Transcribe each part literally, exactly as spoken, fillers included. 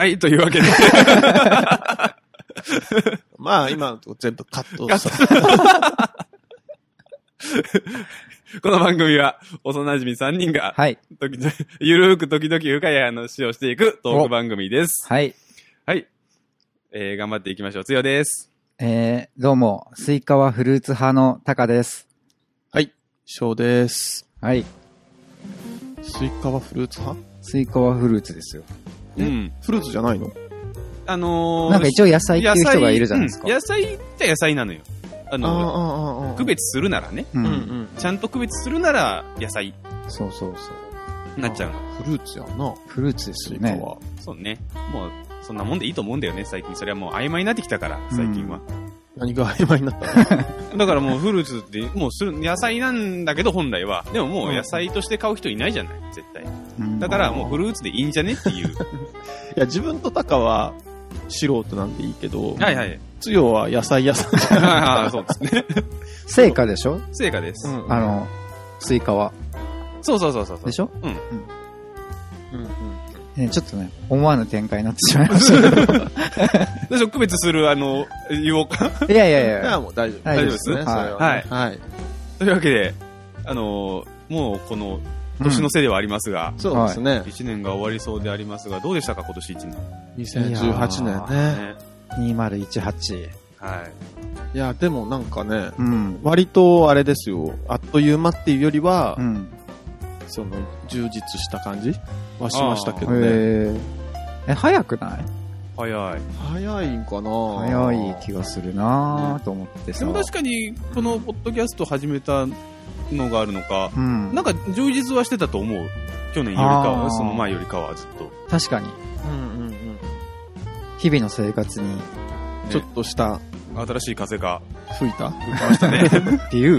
はい、というわけで。 まあ、今のとこ全部カットした。 この番組は、幼馴染さんにんが、はい。時々、ゆるーく時々深い話をしていくトーク番組です。 はい。 はい。えー、頑張っていきましょう。つよです。 えー、どうも、スイカはフルーツ派のタカです。 はい。ショウです。 はい。 スイカはフルーツ派？ スイカはフルーツですよ。 うん。フルーツじゃないの？ あのー、 なんか一応野菜っていう人がいるじゃないですか。 野菜、うん、野菜って野菜なのよ。あのー、区別するならね、うんうん。ちゃんと区別するなら野菜。 そうそうそう。 なっちゃうの。 フルーツやな。 フルーツですよね。 はそうね。もう、そんなもんでいいと思うんだよね、最近。それはもう曖昧になってきたから、最近は。うん、 何が曖昧になったの？ だからもうフルーツって、もうする、野菜なんだけど本来は。でももう野菜として買う人いないじゃない、絶対。うん、だからもうフルーツでいいんじゃねっていう。いや、自分とタカは素人なんでいいけど。 はいはい。 つよは野菜屋さんじゃない。そうですね。 成果でしょ？ 成果です。 うん、あの、スイカは。 そうそうそうそう。 でしょ？ うん。うんうんね、ちょっとね、思わぬ展開になってしまいましたけど。 でしょ、区別する、あの、言おうか。 いやいやいや。 いや、もう大丈夫。 大丈夫ですね。 はい。 はい。はい。というわけで、あの、もうこの、年の瀬ではありますが、 うん、そうですね。 一年が終わりそうでありますが、どうでしたか、今年一年。 にせんじゅうはちねんね。 にせんじゅうはち。 はい。 いや、でもなんかね、うん、割とあれですよ、あっという間っていうよりは、うん、その、充実した感じはしましたけどね。 ええ、早くない？ 早い。 早いんかな？ 早い気がするなぁと思ってさ。 でも確かに、このポッドキャスト始めたのがあるのか、うん、なんか充実はしてたと思う。去年よりかは、その前よりかはずっと。 確かに。うんうんうん。日々の生活に、ね、 ちょっとした、 新しい風が吹いた吹いてましたね。 っていう。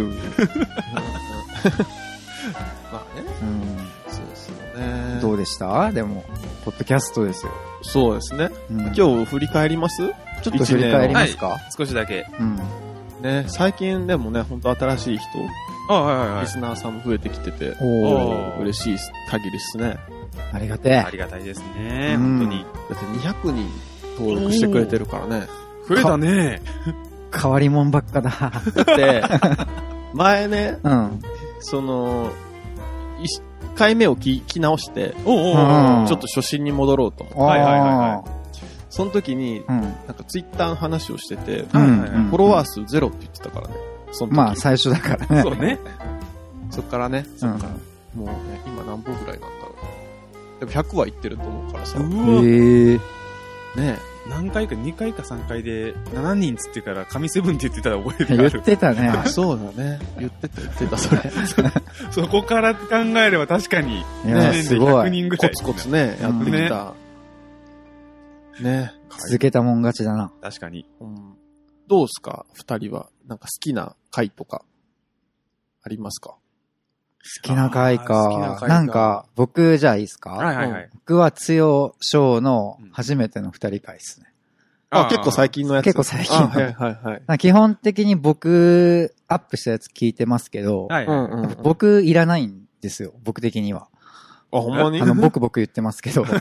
まあね。うん。そうですよね。 どうでした？でも、ポッドキャストですよ。 そうですね。うん、今日振り返ります？ちょっと振り返りますか？はい、 少しだけ。 うん。ね、最近でもね、ほんと新しい人、 あ、はいはいはい、 リスナーさんも増えてきてて、お嬉しい限りですね。 ありがてえ。 ありがたいですね、うん、本当に。 だってにひゃくにん登録してくれてるからね。 増えたね。 変わりもんばっかだ。 だって、前ね、 うん、 その、いっかいめを聞き直して、 おうおうおう、 ちょっと初心に戻ろうと思って。 はいはいはいはい。 その時に、うん、なんかツイッターの話をしてて、 うん、 フォロワー数ゼロって言ってたからね。その時まあ最初だからね。 そうね。 そっからね、そっから、うん、もうね、今何本ぐらいなんだろう。でもひゃくはいってると思うからさ。 うわ。へー。 ね何回か、にかいかさんかいで、しちにんつってから神セブンって言ってたら覚えてる。 言ってたね。 あ、そうだね。言ってた、言ってた、それ。 そこから考えれば確かに、いちねんでひゃくにんぐらい。 コツコツね、やってきた。うん、ね。ね続けたもん勝ちだな。 確かに。 うん、どうすか二人は。なんか好きな回とか、ありますか？ 好きな回か。かなんか、僕じゃあいいですか？ はいはいはい。 僕はつよしょうの初めての二人回ですね。 うん、あ、結構最近のやつ。 結構最近の。 はいはいはい。 基本的に僕、アップしたやつ聞いてますけど、 はいはいはい、 僕いらないんですよ。僕的には。 あ、ほんまに？ あの、僕僕言ってますけど。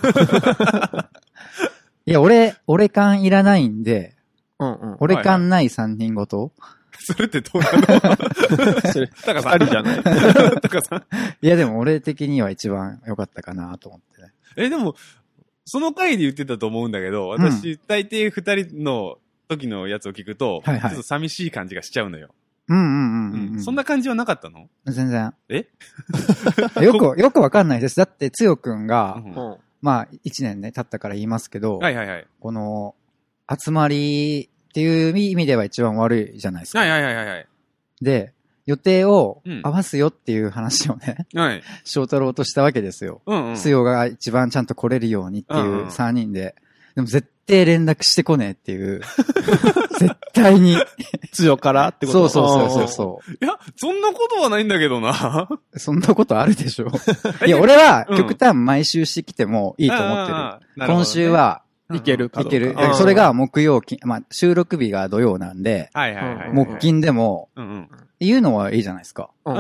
いや、俺、俺感いらないんで、 うんうん、 俺感ない三人ごと、 それってどうなの？ それ、タカさん。二人じゃない。 タカさん。 いやでも俺的には一番良かったかなと思ってね。 え、でも、その回で言ってたと思うんだけど、私、うん、大抵二人の時のやつを聞くと、はいはい、ちょっと寂しい感じがしちゃうのよ。 うんうんうんうん、うん。 そんな感じはなかったの？ 全然。 えよく、よくわかんないです。だって、つよくんが、 うん、 まあ、一年ね、経ったから言いますけど、 はいはいはい。 この、集まりっていう意味では一番悪いじゃないですか。 はいはいはいはい。 で、予定を合わすよっていう話をね、 うん、はい。 翔太郎としたわけですよ。 うんうん。 つよが一番ちゃんと来れるようにっていうさんにんで。うんうん、でも絶対連絡してこねえっていう。絶対に。 つよからってこと？ そうそうそうそう。 いや、そんなことはないんだけどな。 そんなことあるでしょ。いや、俺は極端毎週してきてもいいと思ってる。うん、今週は、 いけるかいける。それが木曜金、まあ収録日が土曜なんで、 はいはいはい。 木金でも、 うんうん、 言うのはいいじゃないですか。 うんうん、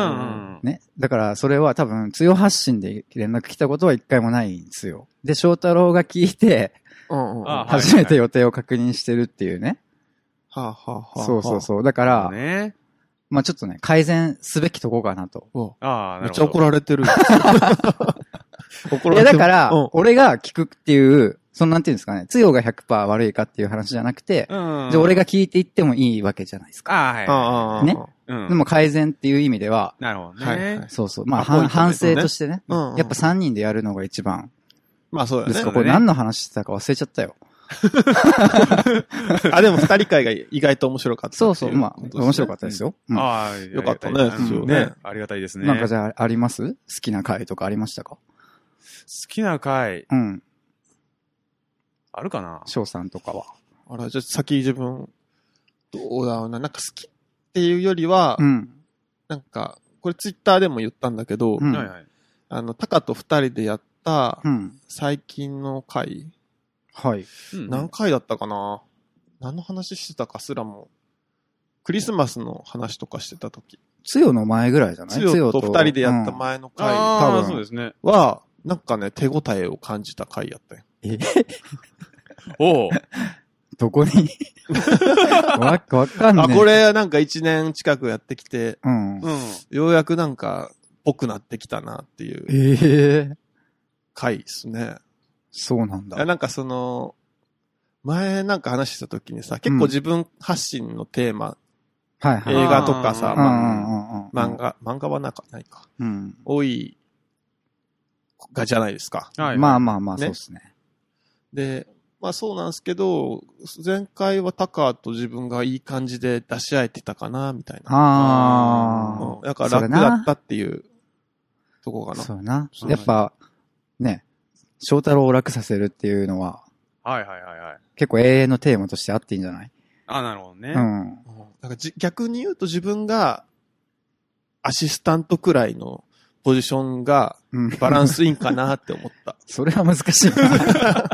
ね。だからそれは多分、つよ発信で連絡来たことは一回もないんですよ。で、翔太郎が聞いて、 うんうん、 初めて予定を確認してるっていうね。 はあ、はあはあ、 そうそうそう。だから、 ね、 まあちょっとね、改善すべきとこかなと。 ああ、 めっちゃ怒られてる。 怒られてる。いや、だから、うん、俺が聞くっていう、そのなんていうんですかね、つよが ひゃくパーセント 悪いかっていう話じゃなくて、うんうん、じゃあ俺が聞いていってもいいわけじゃないですか。 ああ、はい、はい。 ね、うん。でも改善っていう意味では、 なるほどね。はいはい、 そうそう。まあ、ね、反省としてね、うんうん、やっぱさんにんでやるのが一番。 まあそうだね。 ですか、これ何の話してたか忘れちゃったよ。 あ、でも二人会が意外と面白かった。 そうそう、まあ、面白かったですよ。 うん、ああ、よかったね。 そうね。ありがたいですね。 なんかじゃあ、あります好きな回とかありましたか？ 好きな回。 うん。 あるかな？ 翔さんとかは。 あら、じゃあ先自分、どうだろうな。なんか好きっていうよりは、うん、なんか、これツイッターでも言ったんだけど、うん、あの、タカと二人でやった、最近の回。 はい。 何回だったかな？何の話してたかすらも、クリスマスの話とかしてた時。 つよの前ぐらいじゃない？ つよと二人でやった前の回、うん、 多分そうですね。 は、なんかね、手応えを感じた回やったよ。 えおうどこにわ、わかんない。 あ、これなんか一年近くやってきて、 うん。 うん。ようやくなんか、ぽくなってきたなっていう。 ええ回ですね。 そうなんだ。 なんかその、前なんか話した時にさ、結構自分発信のテーマ、 うん、はいはい。 映画とかさ、 漫画、漫画はなんかないか。 うん。 多い、がじゃないですか。 はいはい、まあまあまあ、そうですね。 で、まあそうなんですけど、前回はタカと自分がいい感じで出し合えてたかな、みたいな。 ああ、 うん。だから楽だったっていうとこかな。 そうな。やっぱ、ね、翔太郎を楽させるっていうのは、 はいはいはいはい。 結構永遠のテーマとしてあっていいんじゃない？ あ、なるほどね。 うん。 だからじ逆に言うと自分がアシスタントくらいのポジションがバランスいいんかなって思った。 それは難しいな。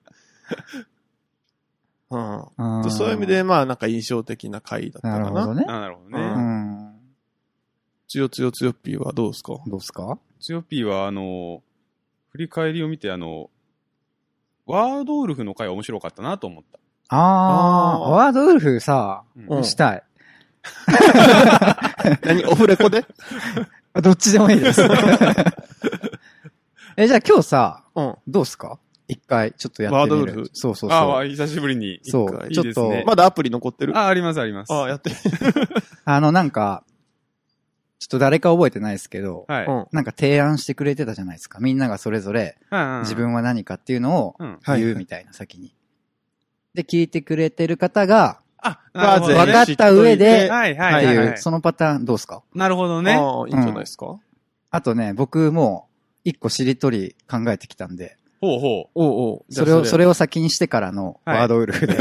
うん。そういう意味で、まあなんか印象的な回だったかな。 なるほどね。 なるほどね。 うん。 つよつよつよっぴーはどうですか？ どうですか？ つよっぴーは、あの、振り返りを見て、あの、ワードウルフの回面白かったなと思った。 ああ、ワードウルフさ、うん、したい。 何オフレコでどっちでもいいです。え、じゃあ今日さ、 うん、 どうすか？一回ちょっとやってみる。 ワードウルフ。 そうそうそう。 ああ、久しぶりに。 そう。 いいですね、ちょっと。 まだアプリ残ってる？ あ、ありますあります。 ああ、やって。 あの、なんか、ちょっと誰か覚えてないですけど、 はい、 なんか提案してくれてたじゃないですか。みんながそれぞれ、自分は何かっていうのを言うみたいな、先に。で、聞いてくれてる方が、 あ、 分かった上で、 はいはいっていう、そのパターンどうですか？ なるほどね。 ああ、いいんじゃないですか、うん、 あとね、僕も一個しりとり考えてきたんで、 ほうほう。 おうおう。 それを、それを先にしてからのワードウルフで。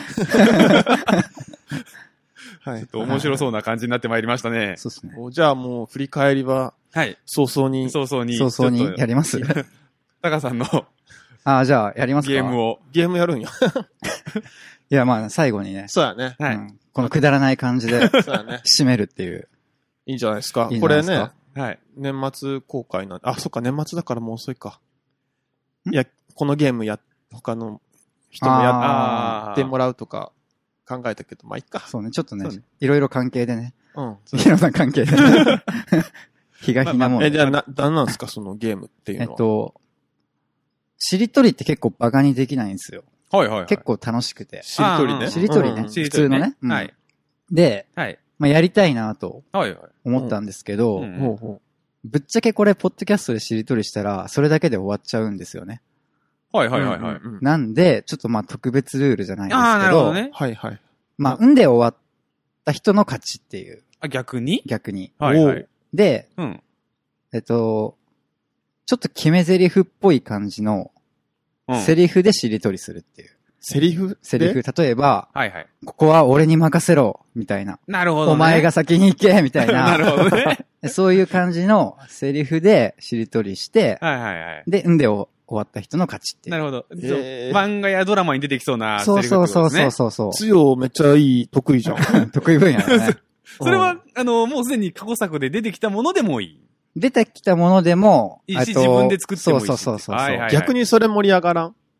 はい。ちょっと面白そうな感じになってまいりましたね。 そうですね。 じゃあもう振り返りは、 はい。 早々に。 早々に。 早々にやりますタカさんの。 ああ、じゃあやりますか。 ゲームを。 ゲームやるんや。 いや、まあ最後にね。 そうやね。 はい、うん。このくだらない感じで、 そうやね。 締めるっていう。 いいんじゃないですか。 いいこれね、 はい。 年末公開なんで、あ、そっか、年末だからもう遅いか。いや、このゲームや、他の人もやってもらうとか考えたけど、まあ、いっか。 そうね、ちょっとね、いろいろ関係でね。 うん。 いろんな関係で。日が日なもん、ね。 え、じゃあ、な、なんなんですか、そのゲームっていうのは。 えっと、しりとりって結構バカにできないんですよ。 はいはい、はい。 結構楽しくて。 しりとりね。 しりとりね。普通のね。 はい。 で、 はい。 まあ、やりたいなとはいはい。 思ったんですけど、 ほうほうぶっちゃけこれ、ポッドキャストでしりとりしたら、それだけで終わっちゃうんですよね。 はいはいはいはい。 なんで、ちょっとまあ特別ルールじゃないですけど、 ああ、なるほどね。 はいはい。 まあ、んで終わった人の勝ちっていう。 あ、逆に逆に。 はいはい。 で、 うん。 えっと、ちょっと決め台詞っぽい感じの、セリフでしりとりするっていう。 セリフセリフ、例えば、 はいはい。 ここは俺に任せろ、みたいな。 なるほど、ね。 お前が先に行け、みたいな。 なるほどね。 そういう感じのセリフでしりとりして、 はいはいはい。 で、んで終わった人の勝ちっていう。 なるほど。 えー、 漫画やドラマに出てきそうなセリフってことですね。 そうそうそうそう。 つよめっちゃいい、得意じゃん。 得意分野だね。 それは、あの、もうすでに過去作で出てきたものでもいい。 出てきたものでも、 いいし、自分で作ってもいいし。 そうそうそうそう。 はいはいはい、逆にそれ盛り上がらん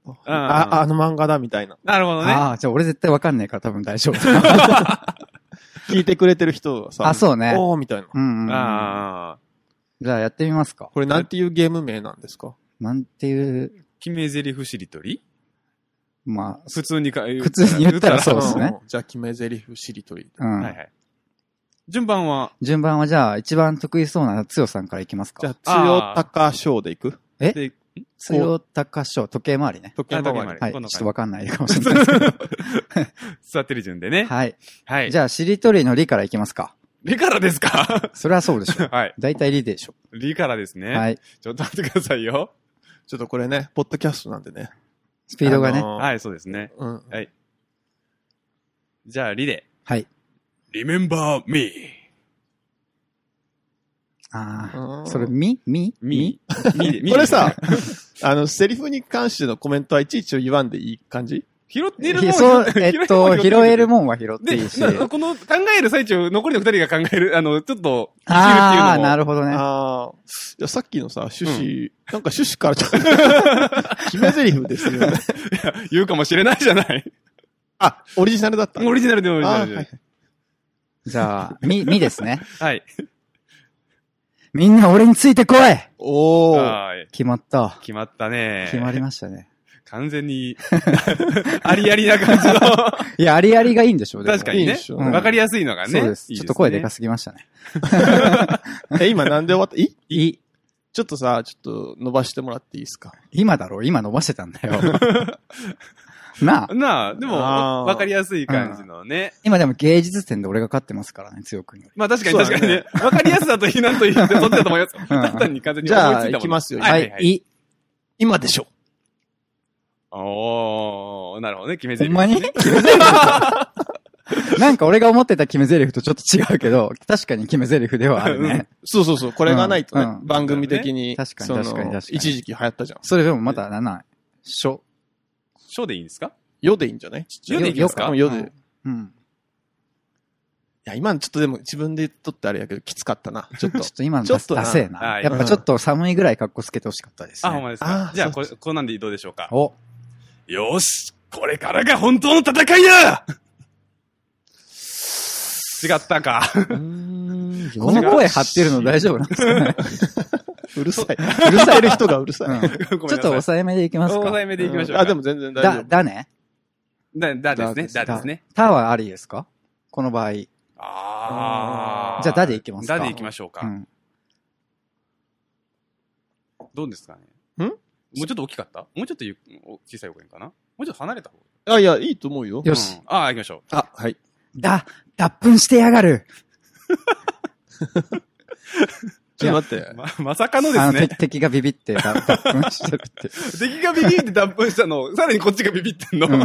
あ、あの漫画だみたいな。 なるほどね。 ああ、じゃあ俺絶対わかんないから多分大丈夫。 聞いてくれてる人はさ。 あ、そうね。 おーみたいな。 うんうん。 ああ。 じゃあやってみますか。 これなんていうゲーム名なんですか？ なんていう。 決め台詞しりとり？ まあ、 普通にか、 普通に言ったらそうですね。 じゃあ決め台詞しりとり。 うん。 はいはい。順番は順番はじゃあ一番得意そうなつよさんからいきますか。 じゃあ、つよたかしょうでいく？ えつよたかしょう、時計回りね。 時計回り。 はい。ちょっとわかんないかもしれないですけど。 座ってる順でね。 はい。 はい。 じゃあ、しりとりのりからいきますか。 りからですか？ それはそうでしょ。 はい。 大体りでしょ。 りからですね。 はい。 ちょっと待ってくださいよ。 ちょっとこれね、ポッドキャストなんでね。 スピードがね。 はい、そうですね。 うん。 はい。じゃあ、りで。 はい。 Remember me. ああ、それ、みみみみこれさ、あの、セリフに関してのコメントはいちいち言わんでいい感じ？ 拾ってるもんそう、えっと、拾えるもんは拾っていいし。 この考える最中、残りの二人が考える、あの、ちょっと、 ああ、なるほどね。 ああ。いや、さっきのさ、趣旨、なんか趣旨からちょっと、決め台詞ですよね。 いや、言うかもしれないじゃない。 あ、オリジナルだった。 オリジナルでオリジナルで。 じゃあ、み、みですね。 はい。 みんな俺についてこい！ おー。 決まった。 決まったね。 決まりましたね。 完全に、ありありな感じの。 いや、ありありがいいんでしょうね。 確かにね。わかりやすいのがね。 そうです。ちょっと声でかすぎましたね。 え、今なんで終わったいいい。 ちょっとさ、ちょっと伸ばしてもらっていいですか？ 今だろう？今伸ばしてたんだよ。なあ。 なあ、でも、わかりやすい感じのね。 今でも芸術点で俺が勝ってますからね、強くに。 まあ確かに確かにね。わかりやすさと非難と言って、そっちだと思います。単に完全にじゃあ、いきますよ。 はい、い。 今でしょ。 おー、なるほどね、決め台詞。 ほんまに決め台詞なんか俺が思ってた決め台詞とちょっと違うけど、確かに決め台詞ではあるね。 そうそうそう、これがないとね、番組的に。 確かに確かに確かに。 一時期流行ったじゃん。 それでもまた、なんなん、しょ。 しょでいいんですか？ よでいいんじゃない？ よでいいですか？ よで。 うん。 いや、今のちょっとでも自分で言っとってあれやけど、きつかったな。ちょっと。 ちょっと今のちょっとダセえな。やっぱちょっと寒いぐらい格好つけてほしかったですね。 あ、ほんまですか。じゃあ、これ、こうなんでどうでしょうか。 お。 よし、これからが本当の戦いだ違ったか。 この声張ってるの大丈夫なんですかね？ うるさい。うるさいる人がうるさい。 ちょっと抑えめでいきますか？ 抑えめでいきましょう。 あ、でも全然大丈夫。 だ、だね。 だ、だですね。だですね。 たはありですか？この場合。 ああ。 じゃあ、だでいきますか？ だでいきましょうか。どうですかね？んもうちょっと大きかった？もうちょっと小さい方がいいかな？もうちょっと離れた方がいい？あ、いや、いいと思うよ。 よし。 ああ、行きましょう。 あ、はい。 だ、脱粉してやがる。 ちょっと待って。 ま、まさかのですね。 敵がビビって脱粉してるって。 敵がビビって脱粉したの、さらにこっちがビビってんの。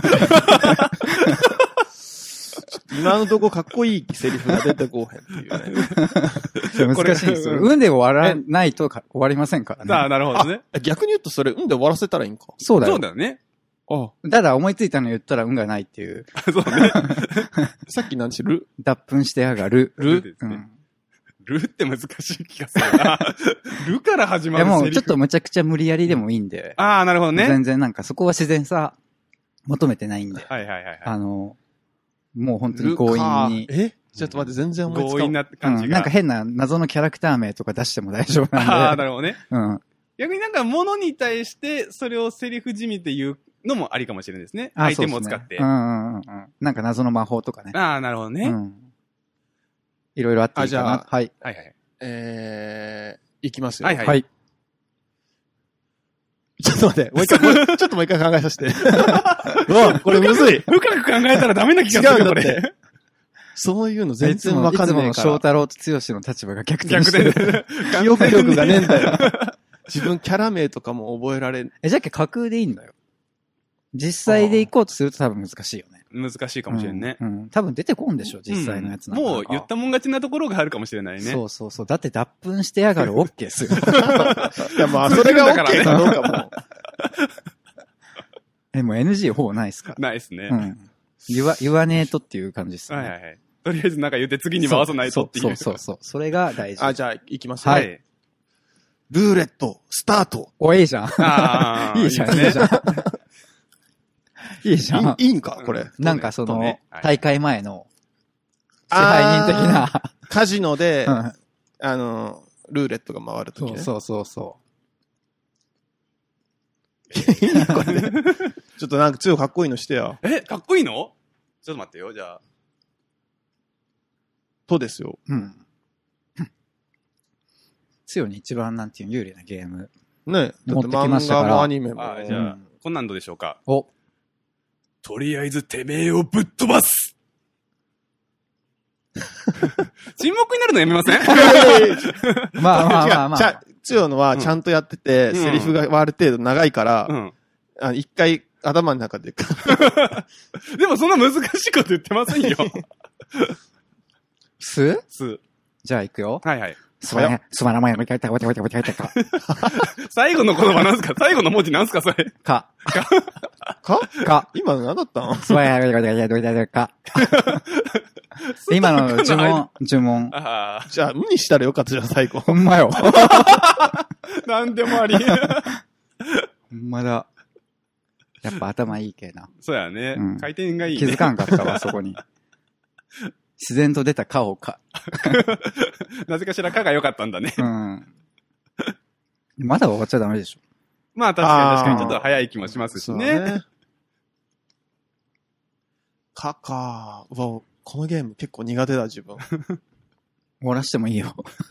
今のとこかっこいいセリフが出てこうへんっていうね。難しいんですよ。運で終わらないと終わりませんからね。 ああ、なるほどね。 逆に言うとそれ、運で終わらせたらいいんか。 そうだよ。 そうだよね。 ああ。 ただ思いついたの言ったら運がないっていう。 そうね。 さっきなんちる脱粉してやがる。 るですね。るって難しい気がするな。るから始まるセリフ。 いやもうちょっとむちゃくちゃ無理やりでもいいんで。 ああ、なるほどね。 全然なんかそこは自然さ求めてないんで。 はいはいはい。 あの、もう本当に強引に。 えちょっと待って、全然思いつかん。 強引な感じが、 うん。なんか変な謎のキャラクター名とか出しても大丈夫なんで。 ああ、なるほどね。 うん。 逆になんか物に対してそれをセリフじみって言うのもありかもしれないですね。アイテムを使って。 うんうんうん。なんか謎の魔法とかね。 ああ、なるほどね。うん。 いろいろあっていいかな。 あ、じゃあ、 はい。 はいはい。 えー、いきますよ。 はいはい。 はい。 ちょっと待って、もう一回、ちょっともう一回考えさせて。うわ、これむずい。 深く考えたらダメな気がするよ、これ。 そういうの全然わかんないから。いつもの翔太郎と剛の立場が逆転してる。 記憶力がねえんだよ。自分キャラ名とかも覚えられん。 え、じゃっけ架空でいいんだよ。実際で行こうとすると多分難しいよね。 難しいかもしれんね。 うん。うん、多分出てこんでしょ、実際のやつなんか、 うん、もう言ったもん勝ちなところがあるかもしれないね。 そうそうそう。だって脱粉してやがる OK ですよ。 いやまあ、それが OK かどうかも。 え、もう エヌジー ほぼないっすか？ ないっすね。 うん。言わ、言わねえとっていう感じっすね。 はいはいはい。とりあえずなんか言って次に回さないとっていう。 そうそうそうそう。それが大事。 あ、じゃあ、いきますね。 はい。 ルーレット、スタート。 お、いいじゃん。 ああ。 いいじゃん、いいじゃん。 いいじゃん。 いいんかこれ。 なんかその、ねはい、大会前の、支配人的な。 カジノで、うん、あの、ルーレットが回るときね。 そうそうそう。 いいこれ、ね、ちょっとなんか強いかっこいいのしてよ。 え、かっこいいのちょっと待ってよ、じゃあ。 とですよ。 うん。強に一番なんていう有利なゲーム。 ね持ってきましたから。 漫画もアニメも。 あじゃあ、うん、こんなんどうでしょうか。 お。 とりあえずてめえをぶっ飛ばす沈黙になるのやめませんまあまあまあまあ。 強のはちゃんとやってて、うん、セリフがある程度長いから、うん、あ一回頭の中で。 でもそんな難しいこと言ってませんよ。 すす。 じゃあ行くよ。 はいはい。 すばら、すばらまやめたいた、わたわたわたわたか。 最後の言葉なんすか最後の文字なんすかそれ。 か。 かかか。 今の何だったのすばらやめたいた、わたわたわたか。今の呪文、呪文。 じゃあ、無にしたらよかったじゃん、最後。 ほんまよ。 なんでもあり。 ほんまだ。やっぱ頭いいけな。 そうやね。うん、回転がいい、ね。 気づかんかったわ、そこに。自然と出たかをか。 なぜかしらかが良かったんだね。 うん。まだ終わっちゃダメでしょ。 まあ確かに確かにちょっと早い気もしますしね。ねかか。うわ、このゲーム結構苦手だ、自分。終わらしてもいいよ。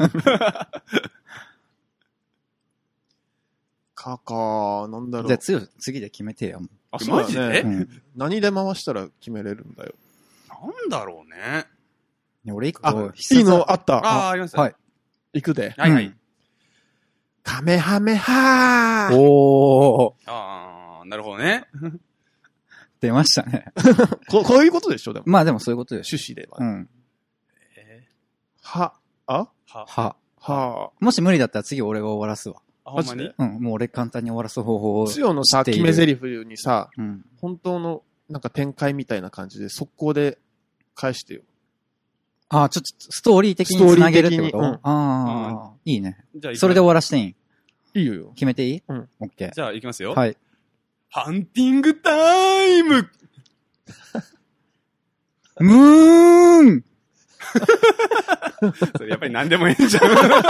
かか、なんだろう。 じゃあ次、次で決めてよ。 あ、マジで、 うん、何で回したら決めれるんだよ。 なんだろうね。 俺一個、 あ、いいのあった。 ああ、ありました。 はい。 行くで。 はいはい。 カメハメハー。 おー。 ああ、なるほどね。 出ましたね。 こ, こういうことでしょでも。 まあでもそういうことでしょ。趣旨では。 うん。 えー、は、あは。は。 は。 もし無理だったら次俺が終わらすわ。 あ、ほんまにうん、もう俺簡単に終わらす方法を。 強のさ、決め台詞にさ、 うん、 本当のなんか展開みたいな感じで速攻で返してよ。 ああ、ちょっとストーリー的に繋げるってこと、うん、ああ、いいね。じゃあそれで終わらしていいいいよ。 決めていいうん。 オッケー。 じゃあ行きますよ。 はい。 ハンティングタイムムーンそれやっぱり何でもいいんじゃん。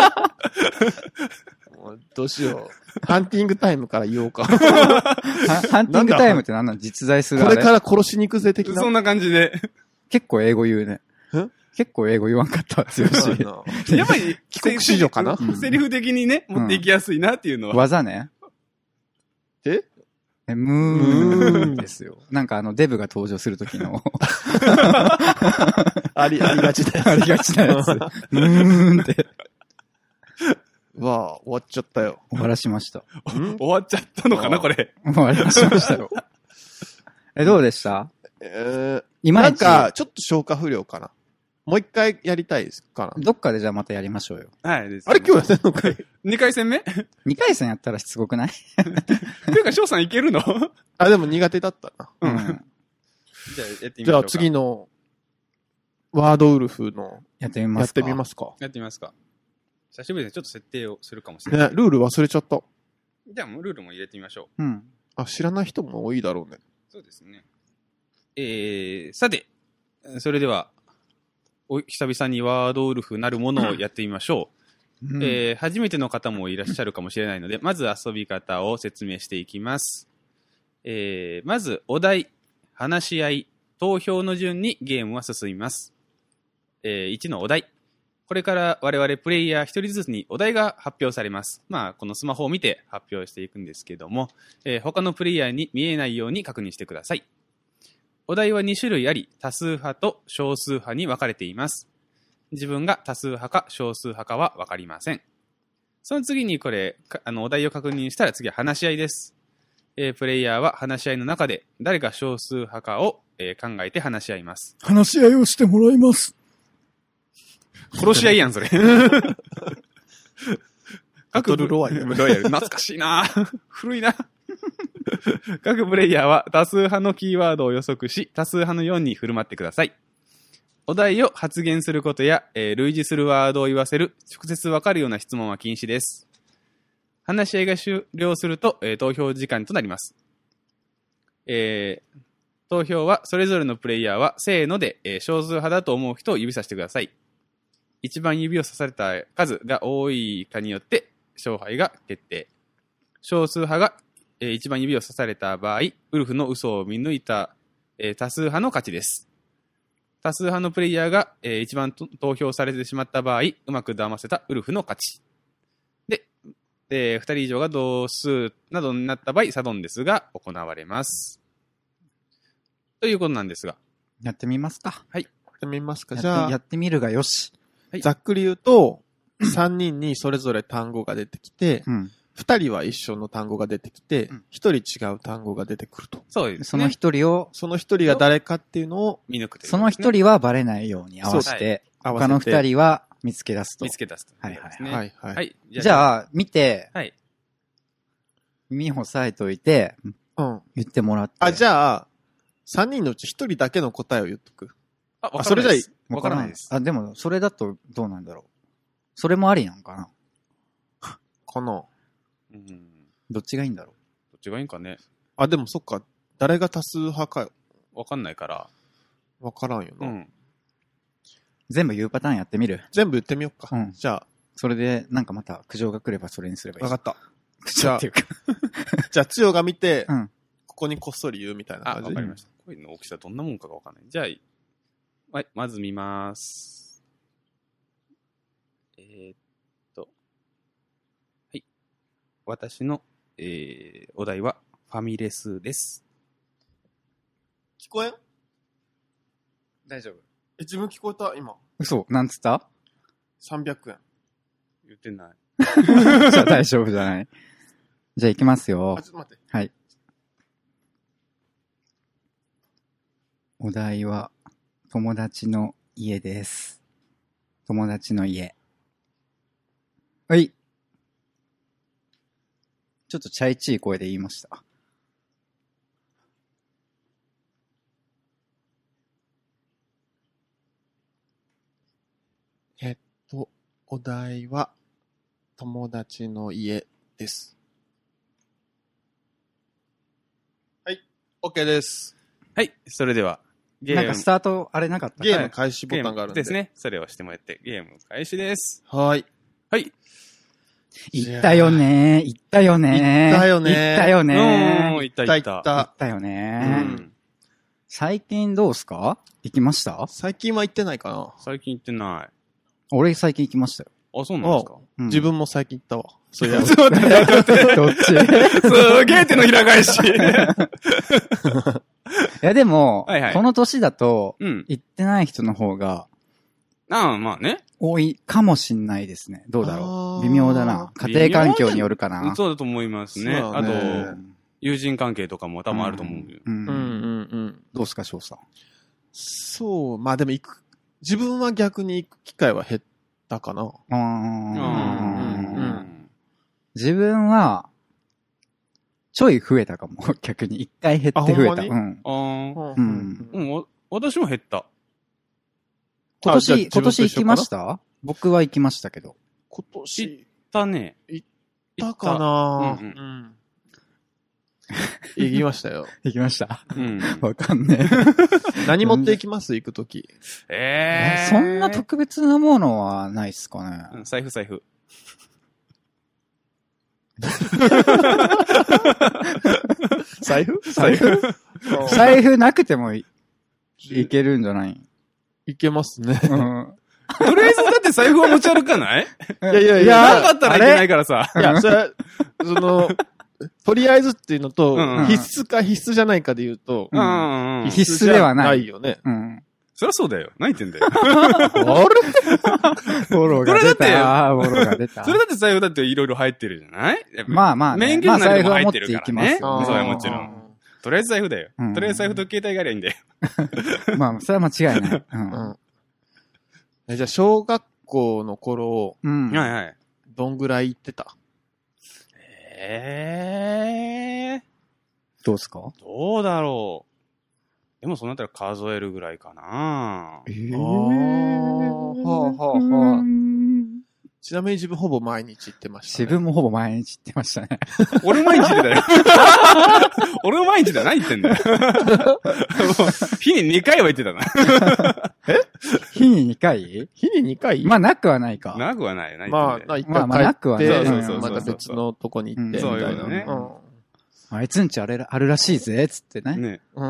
どうしよう。ハンティングタイムから言おうか。 ハンティングタイムって何なの実在するあれこれから殺しに行くぜ的な。 そんな感じで。 結構英語言うね。結構英語言わんかったわ、強し。 やっぱり、 帰国子女かな、 うん、セリフ的にね、持っていきやすいなっていうのは。 うん、技ね。 ええ、ムーンですよ。なんかあの、デブが登場するときの。 あり、ありがちなやつ。 ありがちなやつ。ムーンって。 わあ、終わっちゃったよ。 終わらしました。 終わっちゃったのかな、これ。 終わらしましたよ。え、どうでした？ えー、 いまいち。 なんか、ちょっと消化不良かな。もう一回やりたいですかな。 どっかでじゃあまたやりましょうよ。 はい。 あれ今日やってんのかい？ 二回戦目？ 二回戦やったらしつこくない？ っていうか、翔さんいけるの？ あ、でも苦手だったな。 うん。じゃあやってみましょうか。 じゃあ次の、ワードウルフの、 やってみますか。 やってみますか。 やってみますか。久しぶりでちょっと設定をするかもしれない。 ね、ルール忘れちゃった。 じゃあもうルールも入れてみましょう。うん。 あ、知らない人も多いだろうね。 そうですね。えー、さて、それでは、お久々にワードウルフなるものをやってみましょう。うん、えー、初めての方もいらっしゃるかもしれないので、まず遊び方を説明していきます。えー、まず、お題、話し合い、投票の順にゲームは進みます。えー、いちのお題。これから我々プレイヤーひとりずつにお題が発表されます。まあ、このスマホを見て発表していくんですけども、えー、他のプレイヤーに見えないように確認してください。お題はに種類あり、多数派と少数派に分かれています。自分が多数派か少数派かは分かりません。その次にこれ、あのお題を確認したら次は話し合いです。えー、プレイヤーは話し合いの中で誰が少数派かを、えー、考えて話し合います。 話し合いをしてもらいます。 殺し合いやん、それ。 各ルロワイヤル。 ロイヤル。懐かしいな古いな各プレイヤーは多数派のキーワードを予測し、多数派のよんに振る舞ってください。お題を発言することや、えー、類似するワードを言わせる、直接わかるような質問は禁止です。話し合いが終了すると、えー、投票時間となります。 えー、投票はそれぞれのプレイヤーはせーので、えー、少数派だと思う人を指さしてください。一番指を刺された数が多いかによって勝敗が決定。少数派が、えー、一番指を刺された場合、ウルフの嘘を見抜いた、えー、多数派の勝ちです。多数派のプレイヤーが、えー、一番投票されてしまった場合、うまく騙せたウルフの勝ち。で、えー、二人以上が同数などになった場合、サドンデスが行われます。ということなんですが。 やってみますか。 はい。 やってみますか。 じゃあ。やってみるがよし。 はい、ざっくり言うと、さんにんにそれぞれ単語が出てきて、うん、ふたりは一緒の単語が出てきて、ひとり違う単語が出てくると。 そうですね。 そのひとりを、 そのひとりが誰かっていうのを見抜く、ね。 そのひとりはバレないように合わせて、はい、他のふたりは見つけ出すと。 見つけ出すと、ね。 はいはい、 はいはい。はい。 じゃあ、見て、 はい。 耳押さえといて、うん。言ってもらって。 あ、じゃあ、さんにんのうちひとりだけの答えを言っとく。 あ、わからないです。 わからないです。あ、でも、それだとどうなんだろう。それもありなんかな。 かな。 うん。 どっちがいいんだろう。 どっちがいいんかね。 あ、でもそっか。誰が多数派かよ。 わかんないから。 わからんよな。うん。 全部言うパターンやってみる。 全部言ってみようか。うん。じゃあ。 それで、なんかまた苦情が来ればそれにすればいい。 わかった。 苦情っていうか。 じゃあ、つよが見て、うん。ここにこっそり言うみたいな感じ。 あ、わかりました。声の大きさどんなもんかがわかんない。じゃあ、はい、まず見ます。えー、っと。はい。私の、えー、お題はファミレスです。 聞こえん？ 大丈夫。 え、自分聞こえた今。 嘘、なんつった？ さんびゃくえん。 言ってない。 じゃあ大丈夫じゃない。じゃあ行きますよ。 あ、ちょっと待って。 はい。お題は、友達の家です。友達の家。はい。ちょっとチャイチー声で言いました。 えっと、お題は、友達の家です。はい、OK です。 はい、それでは。 ゲーム。なんかスタート、あれなかった？ ゲーム開始ボタンがあるんで。 ですね。それをしてもらって、ゲーム開始です。 はい。 はい。 行ったよねー。行ったよねー。 行ったよねー。 行ったよねー。 行った行った。行った。よねー。うん。最近どうすか？行きました？ 最近は行ってないかな。 最近行ってない。 俺最近行きましたよ。 あ、そうなんですか？ うん、自分も最近行ったわ。 そうや。そうだね。 どっち？ すげえ手のひら返し。 いやでも、 はいはい、 この年だと、うん、行ってない人の方が、 ああ、まあね。 多いかもしんないですね。どうだろう。微妙だな。家庭環境によるかな。 そうだと思いますね。あと、友人関係とかも多分あると思うよ。 うん。うんうんうん。どうすか、翔さん。 そう、まあでも行く、自分は逆に行く機会は減ったかな。 うん。自分は、ちょい増えたかも。逆に一回減って増えた。うん。 あうん。うん。私も減った。 今年、今年行きました？僕は行きましたけど。 今年。 行ったね。 行ったかな。うんうん。行きましたよ。 行きました。 うん。 わかんねえ。 何持って行きます？行くとき。 えー。 そんな特別なものはないっすかね。 うん、財布財布。 財布財布財布なくても い, いけるんじゃないいけますね。 うん。 とりあえずだって財布は持ち歩かない？ いやいやいや。なかったらいけないからさ。 いや、それは、その、とりあえずっていうのと、うんうん、必須か必須じゃないかで言うと、 うんうんうん、必須ではない。 ないよね。 うん。 そりゃそうだよ。何言ってんだよ。 あれボロが出た。ボロが出た。 それだって財布だっていろいろ入ってるじゃない？ まあまあ、ね。 免許になるのも入ってるからね。 まあ、 それはもちろん。とりあえず財布だよ。うん、とりあえず財布と携帯がありゃいいんだよ。 まあ、それは間違いない。うんうん、じゃあ、小学校の頃、 うん、 はいはい。 どんぐらい行ってた？ ええー。 どうすか？ どうだろう。でもそのあたり数えるぐらいかな。 ええー。はあはあはあ。 ちなみに自分ほぼ毎日行ってましたね。 自分もほぼ毎日行ってましたね。 俺毎日だよ。俺も毎日だよ。何言ってんだよ。日ににかいは行ってたな。 え日ににかい日ににかいまあ、なくはないか。 なくはない。ないまあ、一回帰って、 まあまあなくはないそうそうそうまた別のとこに行って、みたいな。 そういうのね。 あいつんちあれ、あるらしいぜ、つってね。 ね。 うん。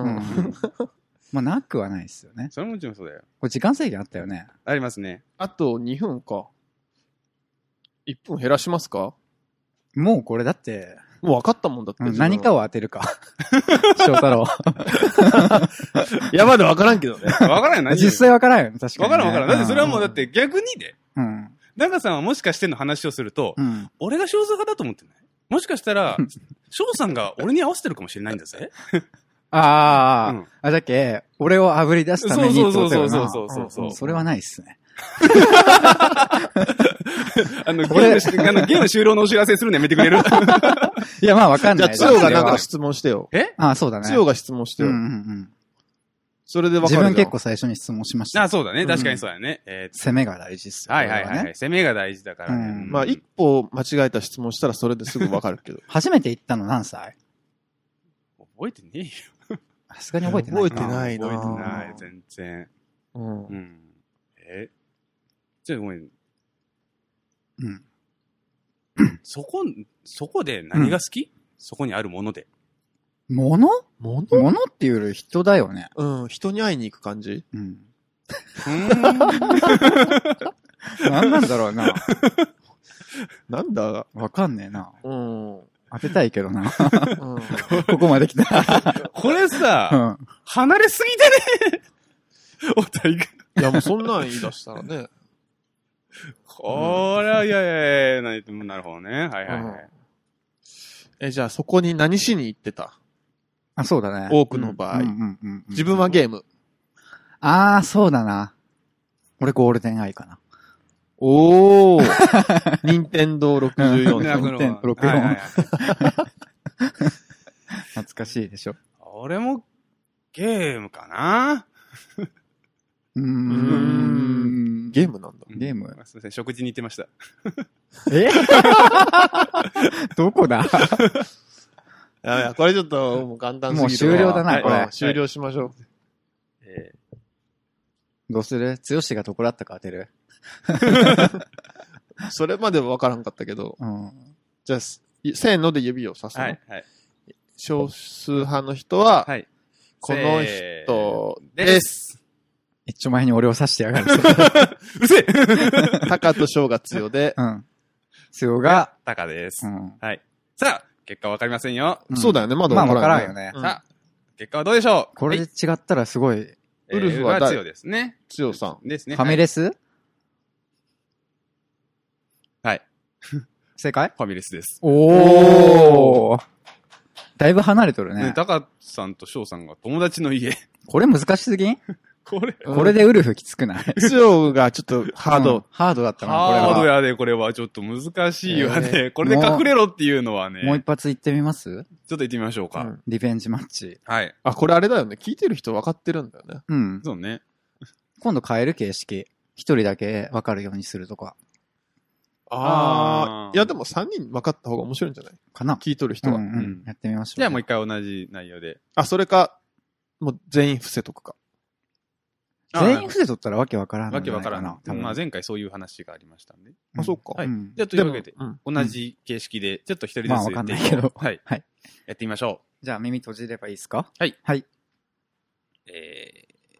まあ、なくはないですよね。 それももちろんそうだよ。 これ時間制限あったよね。 ありますね。 あとにふんか。いっぷん減らしますか？ もうこれだって、 もう分かったもんだって。 何かを当てるか。翔太郎。 いや、まだ分からんけどね。 分からんよ、何実際分からんよね、確かに、ね。 分からん分からん。だってそれはもうだって逆にで。 うん。 中さんはもしかしての話をすると、 うん、 俺が少数派だと思ってない？もしかしたら、翔さんが俺に合わせてるかもしれないんだぜ。 ああ、 うん、 あ、だっけ、俺を炙り出すためにってことだよな。 そうそうそうそうそう、うん。 それはないっすね。 あの、ゲーム、あの、ゲーム終了のお知らせするのやめてくれる？ いや、まあわかんない。 じゃあ、つよがなんか質問してよ。 え？ ああ、そうだね。 つよが質問してよ。 うんうんうん。 それで分かる。 自分結構最初に質問しました。 あ、そうだね。確かにそうだね。 うん、えー、攻めが大事っすよ。 はいはいはい。攻めが大事だからね。 うん、まあ、一歩間違えた質問したらそれですぐ分かるけど。 初めて行ったの何歳？ 覚えてねえよ。 さすがに覚えてない覚えてないな。 覚えてない、全然。 うん。 うん。えちょっとごめん。 うん。 そこ、そこで何が好き？うん、そこにあるもので。 ものものものっていうより人だよね。 うん、人に会いに行く感じ？ うん。何なんだろうな。 なんだわかんねえな。 うん。 当てたいけどな。うん、ここまで来た。 これさ、うん、離れすぎてね。お互いが。 いや、もうそんなん言い出したらね。 これは、いやいやいや、なるほどね。はいはいはい。うん、 え、じゃあそこに何しに行ってた？ あ、そうだね。 多くの場合。自分はゲーム。 ああ、そうだな。俺ゴールデンアイかな。 おー。ニンテンドーろくじゅうよん。 ニンテンドーろくじゅうよん。懐かしいでしょ。 俺もゲームかな。 うーん。 ゲームなんだ。 ゲーム。 すみません、食事に行ってました。 えどこだ？ いやいや、これちょっともう簡単すぎる。 もう終了だな、これ、はい。 終了しましょう。 えー、どうする？剛がどこだったか当てる？ それまでは分からんかったけど。 うん、 じゃあ、せーので指をさすの。はいはい、 少数派の人は、はい、この人です。 一丁前に俺を指してやがる。 うせえタカとショウが強で、 うん。強が、 タカです、 うん。 はい。さあ、結果わかりませんよ。 うん、そうだよね、まだわからんよね。 まあ、さあ、結果はどうでしょう？ これで違ったらすごい。ウルフは強ですね。 強さん。 ですね。 ファミレス？ はい。 正解？ ファミレスです。 おー。だいぶ離れとるね。 ね、タカさんとショウさんが友達の家。 これ難しすぎん？ これ、 これでウルフきつくない？ 強がちょっとハード。うん、 ハードだったな、 これは。ハードやで、これはちょっと難しいわね。えー、これで隠れろっていうのはね。 もう一発行ってみます？ ちょっと行ってみましょうか。うん、 リベンジマッチ。 はい。 あ、これあれだよね。聞いてる人分かってるんだよね。 うん。 そうね。 今度変える形式。一人だけ分かるようにするとか。 ああ。いや、でも三人分かった方が面白いんじゃないかな。 聞いとる人は。うんうんうん。やってみましょう。 じゃあもう一回同じ内容で。 あ、それか、もう全員伏せとくか。 全員伏せとったらわけわからん。 わけわからん。まあ前回そういう話がありましたんで。 あ、そっか。 はい。じゃあというわけで、同じ形式で、ちょっと一人ずつ。まあわかんないけど。 はい。はい。やってみましょう。じゃあ耳閉じればいいですか？ はい。 はい。 えー、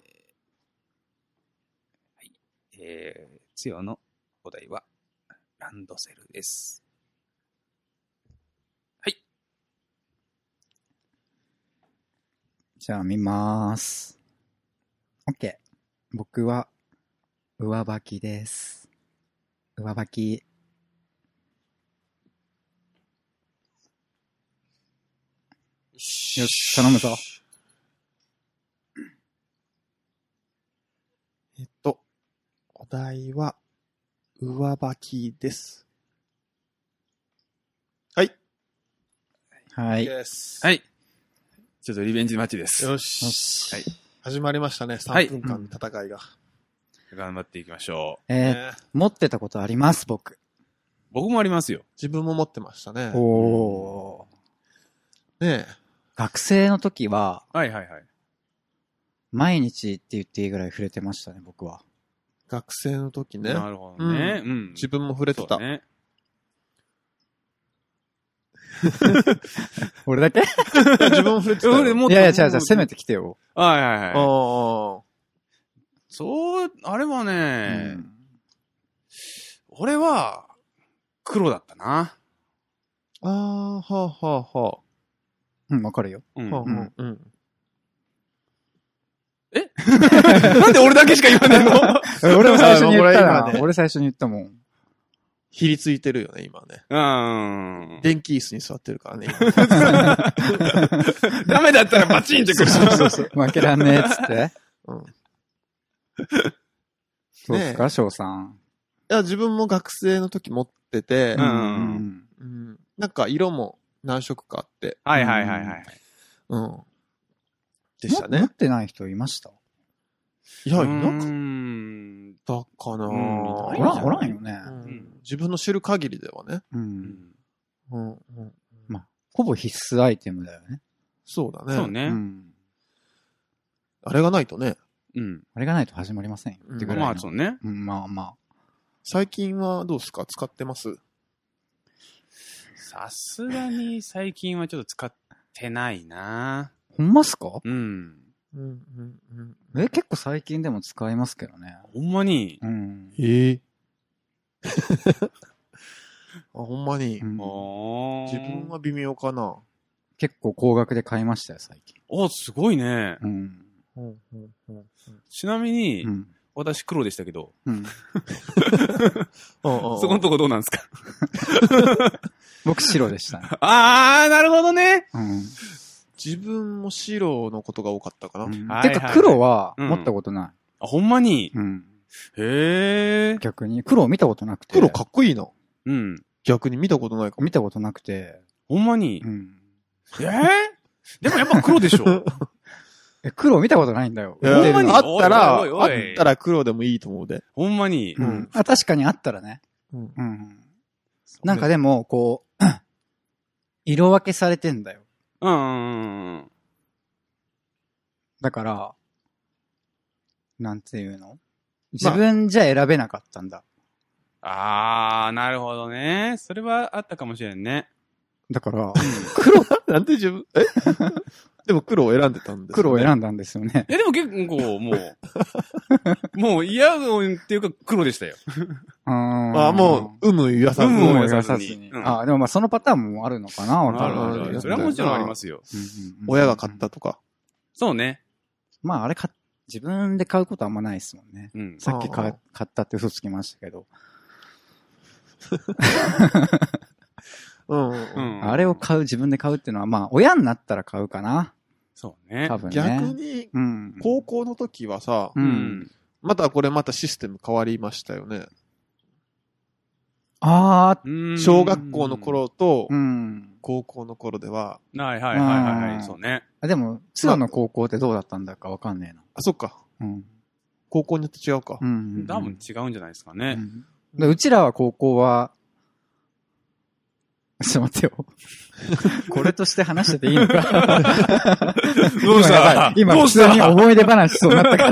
はい。えー、つよのお題は、ランドセルです。はい。 じゃあ見まーす。OK。僕は、上履きです。上履き。よし、頼むぞ。 えっと、お題は、上履きです。はい。 はい。 はい。ちょっとリベンジマッチです。 よし。 よし。 はい。始まりましたね、さんぷんかんの戦いが。 頑張っていきましょう。えー、持ってたことあります、僕。 僕もありますよ。 自分も持ってましたね。 おー。ねえ。 学生の時は、 はいはいはい。 毎日って言っていいぐらい触れてましたね、僕は。 学生の時ね。 なるほどね。うん。うん、 自分も触れてた。 ね、 俺だけ自分も触れてた。俺もいやいや、じゃあじゃあ攻めてきてよ。 はいはいはい。ああ。そう、あれはね、うん、俺は、黒だったな。 ああ、はあはあはあ。 うん、わかるよ。 うん。うんうん、 えなんで俺だけしか言わないの俺も最初に言ったな。俺最初に言ったもん。 ひりついてるよね、今ね。 うん。 電気椅子に座ってるからね。 ダメだったらバチンってくる。 そうそうそう。負けらんねえっつって。うん。そうですか、翔さん。 いや、自分も学生の時持ってて、 うん。 うん、なんか色も何色かあって。 はいはいはいはい。 うん。でしたね。 持ってない人いました？ いや、いなかったかな、うん、 おらん、おらんよね、 うん。自分の知る限りではね。 うん。うんうん、まあ、ほぼ必須アイテムだよね。 そうだね。 そうね。うん、 あれがないとね。 うん。あれがないと始まりませんよ。 うん、ってぐらいの。まあ、そうね。 うん、まあまあ。 最近はどうですか？使ってます？ さすがに最近はちょっと使ってないな。 ほんますか？ うん。うんうんうん、 え、結構最近でも使いますけどね。 ほんまに。 うん。 ええー。あ、ほんまに、 うん。 自分は微妙かな。 結構高額で買いましたよ、最近。 あ、すごいね。 うん。 ちなみに、うん、私黒でしたけど。うん。そこのとこどうなんですか？ 僕白でしたね。 あー、なるほどね。 うん。 自分も白のことが多かったかな。うん、 てか黒は持ったことない。うん、 あ、ほんまに？ うん。 へー。 逆に黒見たことなくて。 黒かっこいいな。 うん。 逆に見たことないかも。 見たことなくて。 ほんまに？ うん。 えー、でもやっぱ黒でしょ？ え、黒見たことないんだよ。 ほんまに？あったら、おいおいおいあったら黒でもいいと思うで。 ほんまに？ うん。あ、確かにあったらね。うん。うん。なんかでも、こう、色分けされてんだよ。 うんうんうん。 だから、なんていうの？自分じゃ選べなかったんだ。 まあ、あー、なるほどね。それはあったかもしれんね。 だから、黒、 なんで自分、えでも黒を選んでたんですよね。 黒を選んだんですよね。 いやでも結構もう、もう嫌っていうか黒でしたよ。 ああ、もう、有無言わさずに。 有無言わさずに。 ああ、でもまあそのパターンもあるのかな？ あるある。それはもちろんありますよ。 親が買ったとか。 そうね。 まああれか、自分で買うことあんまないですもんね。うん、さっき買ったって嘘つきましたけど。 うんうん、 あれを買う、自分で買うっていうのは、まあ、親になったら買うかな。 そうね。 多分ね。 逆に、うん、高校の時はさ、うん、またこれまたシステム変わりましたよね。 ああ、 小学校の頃と、高校の頃では。 はいはいはいはい、そうね。 でも、津田の高校ってどうだったんだかわかんねえな。 あ、そっか。 うん、 高校によって違うか。 うん、 多分違うんじゃないですかね。 うん、でうちらは高校は、ちょっと待ってよ。これとして話してていいのかどうした今、普通に思い出話しそうになったから、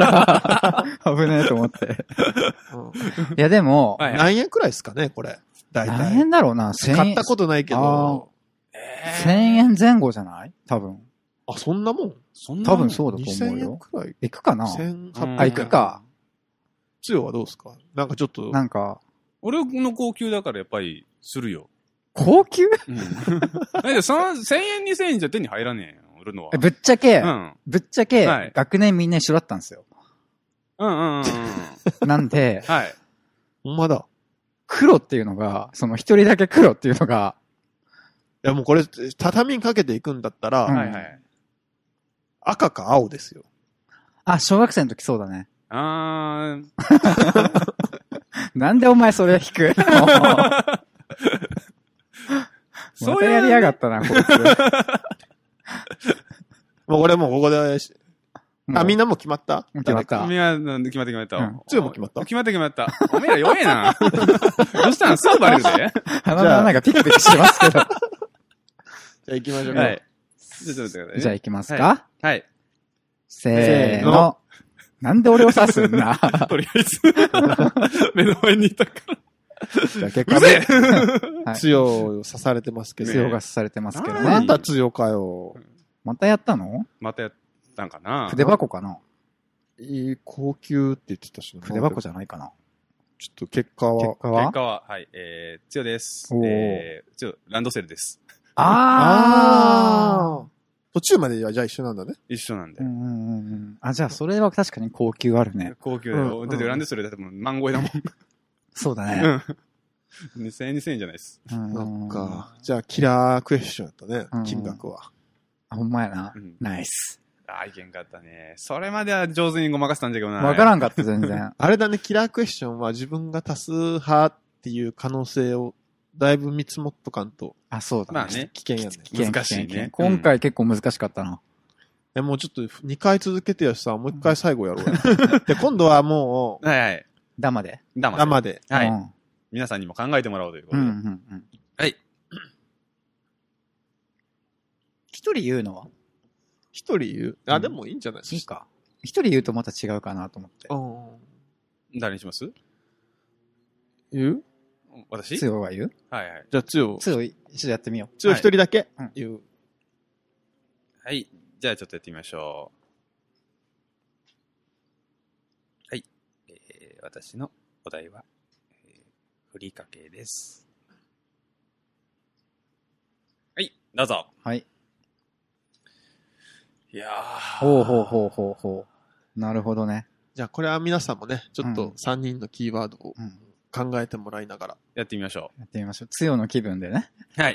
危ないと思って。いや、でも、 はいはい、何円くらいですかね、これ。大体。 何円だろうな、 せんえん。買ったことないけど。 せんえんぜん後じゃない多分。 あ、そんなもんそんなもん多分そうだと思うよ。にせんえんくらい行くかな？ せんはっぴゃくえん。 あ、行くか。 つよはどうですか？なんかちょっと。 なんか。 俺の高級だからやっぱりするよ。 高級？ うん。なんで、その、せんえん、にせんえんじゃ手に入らねえよ、売るのは。 ぶっちゃけ、 うん、 ぶっちゃけ、はい、学年みんな一緒だったんですよ。 うんうんうん。 なんで、 はい。 ほんまだ。 黒っていうのが、その一人だけ黒っていうのが、 いやもうこれ、畳にかけていくんだったら、 はいはい。 赤か青ですよ。 あ、小学生の時そうだね。 あー。 なんでお前それ引くまたやりやがったな、こいつ。 もう俺もうここで、 あ、みんなも決まった決まった。 みんな、決まった決まった。 つよも決まった決まった決まった。おめえら弱えな。どうしたのすぐバレるで。 鼻の穴がピクピクしてますけど。じゃあ行きましょうか。はい。 じゃあちょっと待ってくださいね。じゃあ行きますか。 はい。 せーの。なんで俺を指すんだとりあえず。目の前にいたから。 じゃあ結果で。 つよを刺されてますけど。 つよが刺されてますけどね。 またつよかよ。 またやったのまたやったんかな筆箱かないい高級って言ってたしな。 筆箱じゃないかなちょっと結果は。 結果は結果は、はい、えー、つよです。えー、つよ、ランドセルです。 あー。 途中まではじゃあ一緒なんだね。 一緒なんで。 うんうんうん。あ、じゃあそれは確かに高級あるね。 高級だよ。うん、だってランドセルだってもう万超えだもん。 そうだね。 うん。にせんえんにせんえんじゃないです。 なんか、じゃあキラークエスチョンだったね、金額は。 あ、ほんまやな。うん、ナイス。 ああ、いけんかったね。それまでは上手にごまかせたんだけどな。 わからんかった、全然。 あれだね、キラークエスチョンは自分が多数派っていう可能性をだいぶ見積もっとかんと。 あ、そうだね。 まあね。 危険やね。 難しいね。 今回結構難しかったな。 え、もうちょっとにかい続けてやしさ、もういっかい最後やろうや。で、今度はもう、はいはい。 ダマでダマで。 ダマで。 はい。皆さんにも考えてもらおうということで。うんうんうん。はい。 一人言うのは一人言うあ、でもいいんじゃないですか。 いいか。一人言うとまた違うかなと思って。 誰にします？ 言う？ 私？ つよが言う？ はいはい。 じゃあつよ。 つよ一緒やってみよう。 つよ一人だけ言う。 はい。じゃあちょっとやってみましょう。はい。えー、私のお題は、えー、ふりかけです。はい、どうぞ。 はい。 いやー。ほうほうほうほうほう。なるほどね。 じゃあこれは皆さんもね、ちょっとさんにんのキーワードを考えてもらいながら。 やってみましょう。やってみましょう。つよの気分でね。 はい。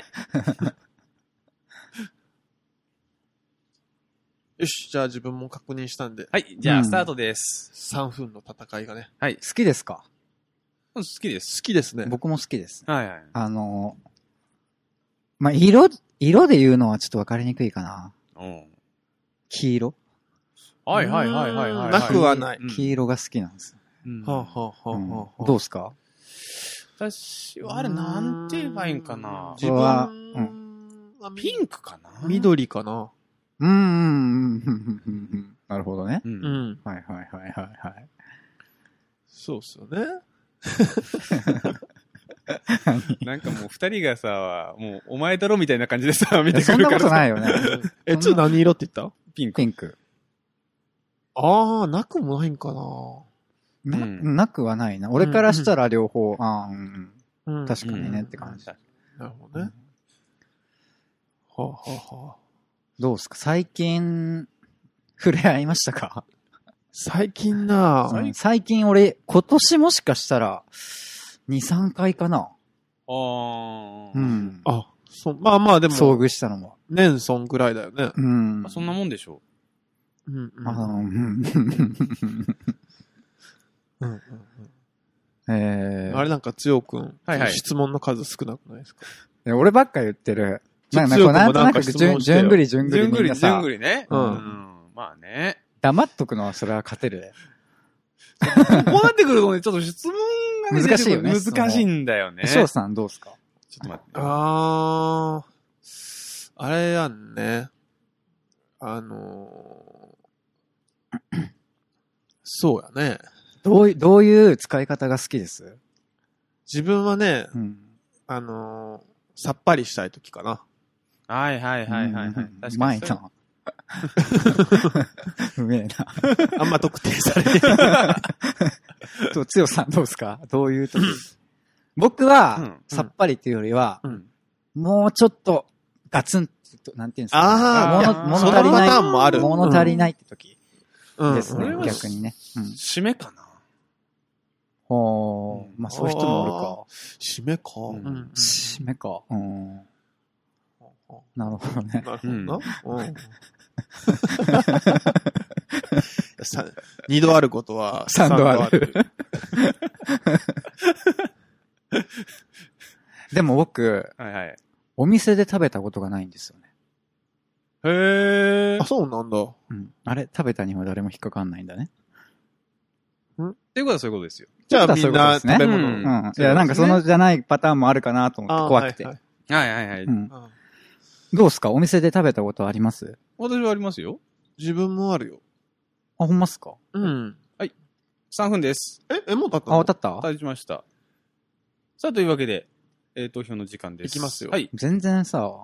よし、じゃあ自分も確認したんで。 はい、じゃあスタートです。 さんぷんの戦いがね。 はい。好きですか？ 好きです。 好きですね。 僕も好きです。 はいはい。 あのー、まあ、色、色で言うのはちょっと分かりにくいかな。 うん。 黄色？ はいはいはいはいはい。 なくはない。 黄色が好きなんです。 はあはあはあはあ。どうすか？ 私はあれなんて言えばいいんかな。 自分は、 ピンクかな？ 緑かな？ うーん。なるほどね。 うん。 はいはいはいはいはい。 そうっすよね。 なんかもう二人がさ、もうお前だろみたいな感じでさ、見てくるから。 そんなことないよね。 え、つ何色って言った？ ピンク。 ピンク。 あー、なくもないんかな。 な、なくはないな。俺からしたら両方、あー、うん。確かにねって感じ。 なるほどね。はあはあはあ。 どうすか最近、触れ合いましたか？ 最近なぁ、うん。最近俺、今年もしかしたら、に、さんかいかな。 あー。 うん。 あ、そ、まあまあでも。 遭遇したのも。 年そんぐらいだよね。 うん。 そんなもんでしょう。うん、うん。 あの、うん。 うん、うん。 えー。 あれなんか、つよくん。 はいはい。 質問の数少なくないですか？ 俺ばっか言ってる。なんかなんとなくじゅんぐりじゅんぐりみんなさ。 じゅんぐりね。 うん。 まあね。 黙っとくのはそれは勝てるで。 こうなってくるとね、ちょっと質問が難しいよね。 難しいんだよね。 翔さんどうすか？ ちょっと待って。 あー、あれやんね。あのー、そうやね。 どういう、どういう使い方が好きです？ 自分はね、 うん、 あのー、さっぱりしたいときかな。 はいはいはいはい、はい。確かに。 うまいな。うめえな。 あんま特定されてない。 そう、つよさんどうすか？どういうとき？僕は、さっぱりっていうよりは、うん、もうちょっと、ガツンと、なんていうんですか、ね。 ああ、 物足りない。 もある。 物足りないってとき。ですね、 うん、 逆にね。 うん、締めかな。 ほー、まあそういう人もおるか。 締めか。 うん、締めか。うん。なるほどね。 なるほどな。うん。二度あることは三度ある。でも僕、 はいはい、 お店で食べたことがないんですよね。 へー。 あ、そうなんだ。 うん。あれ、食べたには誰も引っかかんないんだね。 んっていうことはそういうことですよ。 じゃあみんな食べ物。 うん。いや、なんかそのじゃないパターンもあるかなと思って怖くて。はいはいはい。 どうすか？お店で食べたことあります？ 私はありますよ。 自分もあるよ。 あ、ほんますか？ うん。 はい。さんぷんです。 え、え、もう経ったの？ あ、経った？ 経ちました。さあ、というわけで、えー、投票の時間です。 いきますよ。 はい。 全然さ、はい、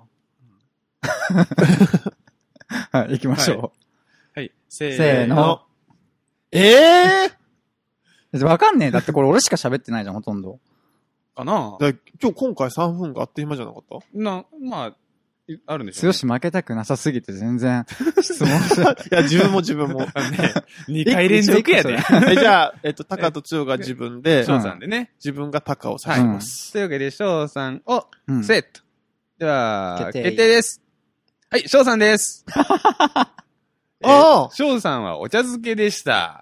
行きましょう。 はい。はい、せーの。 ええー、わかんねえ。だってこれ俺しか喋ってないじゃん、ほとんど。 かなだ今日今回さんぷんがあっという間じゃなかった？ な、まあ、あるんでしょう、ね。 強し負けたくなさすぎて全然質問しない。いや、自分も自分も。ね、 にかい連続やで。 えじゃあ、えっと、タカとツヨが自分で、 翔さんでね。 自分がタカを指します。 というわけで、翔さんをセット。では、決定です。はい、翔さんです。 ああ翔さんはお茶漬けでした。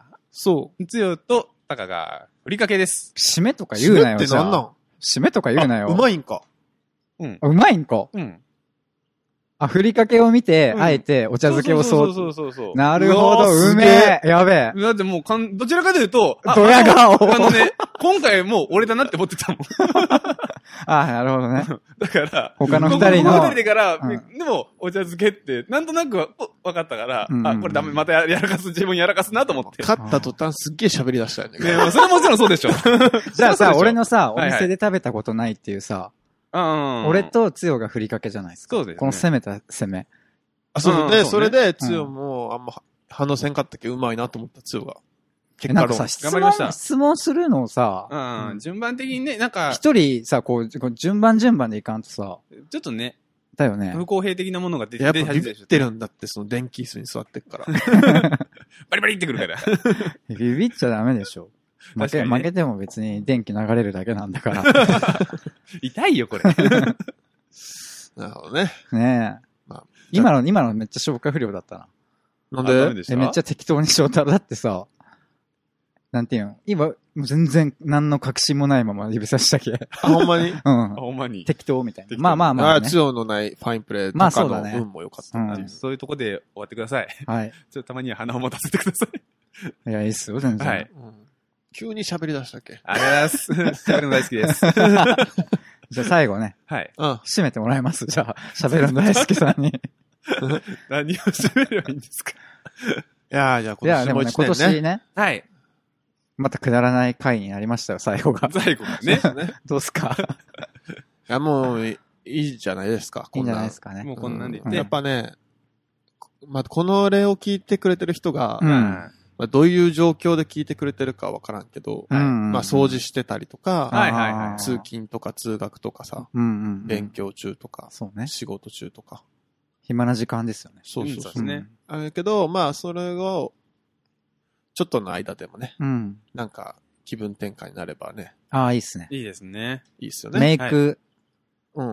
そう。 ツヨとタカがふりかけです。 締めとか言うなよ。 締めってなんなん？ 締めとか言うなよ。 うまいんか。 うん。 うまいんか。 うん。 あ、ふりかけを見て、うん、あえてお茶漬けをそう。 そうそうそうそう。 なるほど、う, うめえ。やべえ。 だってもうかん、どちらかというと、 ドヤ顔。 あのね、今回もう俺だなって思ってたもん。 あ、なるほどね。 だから、 他の二人の。 他の二人でから、うん、でも、お茶漬けって、なんとなく分かったから、うんうんうん、あ、これダメ、またやらかす、自分やらかすなと思って。 勝った途端すっげえ喋り出したよね。 ね、それもちろんそうでしょ。 じゃあさ、俺のさ、お店で食べたことないっていうさ、 はいはい、 俺とつよがふりかけじゃないですか。 そうですね。 この攻めた攻め。 あ、そうで、それで、つよもあんま反応せんかったっけうまいなと思ったつよが。 結果論。なんかさ、質問、質問するのをさ、 うん、順番的にね、なんか。 一人さ、こう、順番順番でいかんとさ、 ちょっとね。 だよね。 不公平的なものが出てやっぱビビってるんだって、その電気椅子に座ってっから。 バリバリってくるから。 ビビっちゃダメでしょ。負け、ね、負けても別に電気流れるだけなんだから。 痛いよ、これ。 なるほどね。 ねえ。まあ、今の、今のめっちゃ消化不良だったな。 なんで？ でめっちゃ適当にしようたら、だってさ、なんていうの今、もう全然何の確信もないまま指差したけ。 あ、ほんまに？ うん。 ほんまに。 適当みたいな。まあまあまあ、ね。 あ、強のないファインプレーとかの運も良かった、 ねうん。そういうとこで終わってください。 はい。 ちょっとたまには鼻を持たせてください。いや、いいっすよ、全然。はい。 うん、急に喋り出したっけ？ ありがとうございます。喋るの大好きです。 じゃあ最後ね。 はい。 うん。締めてもらいます。じゃあ、喋るの大好きさんに。 何を締めればいいんですか？ いやー、じゃあ今年も一年ね。 今年ね。 はい。 またくだらない回になりましたよ、最後が。 最後がね。 どうすか？ いや、もう、いいじゃないですか、 いいんじゃないですかね。 もうこんなんで言って。 やっぱね、まあ、この例を聞いてくれてる人が、 うんまあ、どういう状況で聞いてくれてるかわからんけど、 うん、 まあ、掃除してたりとか、 はいはいはい、 通勤とか通学とかさ、 うんうんうん、 勉強中とか、 そうね、 仕事中とか。 暇な時間ですよね。 そうそうそう。 ですね。 あれけど、まあ、それを、ちょっとの間でもね、 うん、 なんか、気分転換になればね。 ああ、いいっすね。 いいですね。 いいっすよね。 メイク、 はい、うん。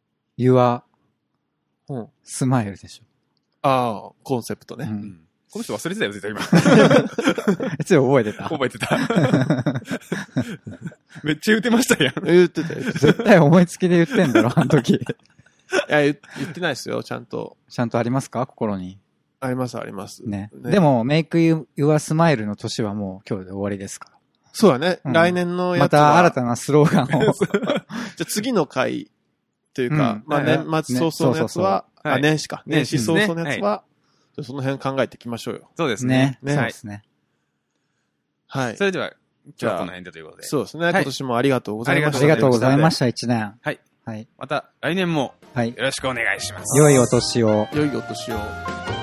your、 うん。 スマイルでしょ。 ああ、コンセプトね。 うん。この人忘れてたよ、絶対今。 いつ覚えてた覚えてた。めっちゃ言ってましたやん。 言ってたよ。 絶対思いつきで言ってんだろ、あの時。いや言、言ってないですよ、ちゃんと。 ちゃんとありますか心に。 あります、あります。 ね。ねでも、メイクユアスマイルの年はもう今日で終わりですから。 そうだね。うん、来年のやつは。 また新たなスローガンを。 じゃあ次の回というか、うん、まあ年末早々のやつは、ね、あ、年始か。年始早々のやつは、はい、その辺考えていきましょうよ。 そうですね。 ね。そうですね。 はい。 それでは、今日はこの辺でということで。 そうですね。今年もありがとうございました。 ありがとうございました、一年。 はい。 はい。 また来年も、 はい。 よろしくお願いします。 良いお年を。 良いお年を。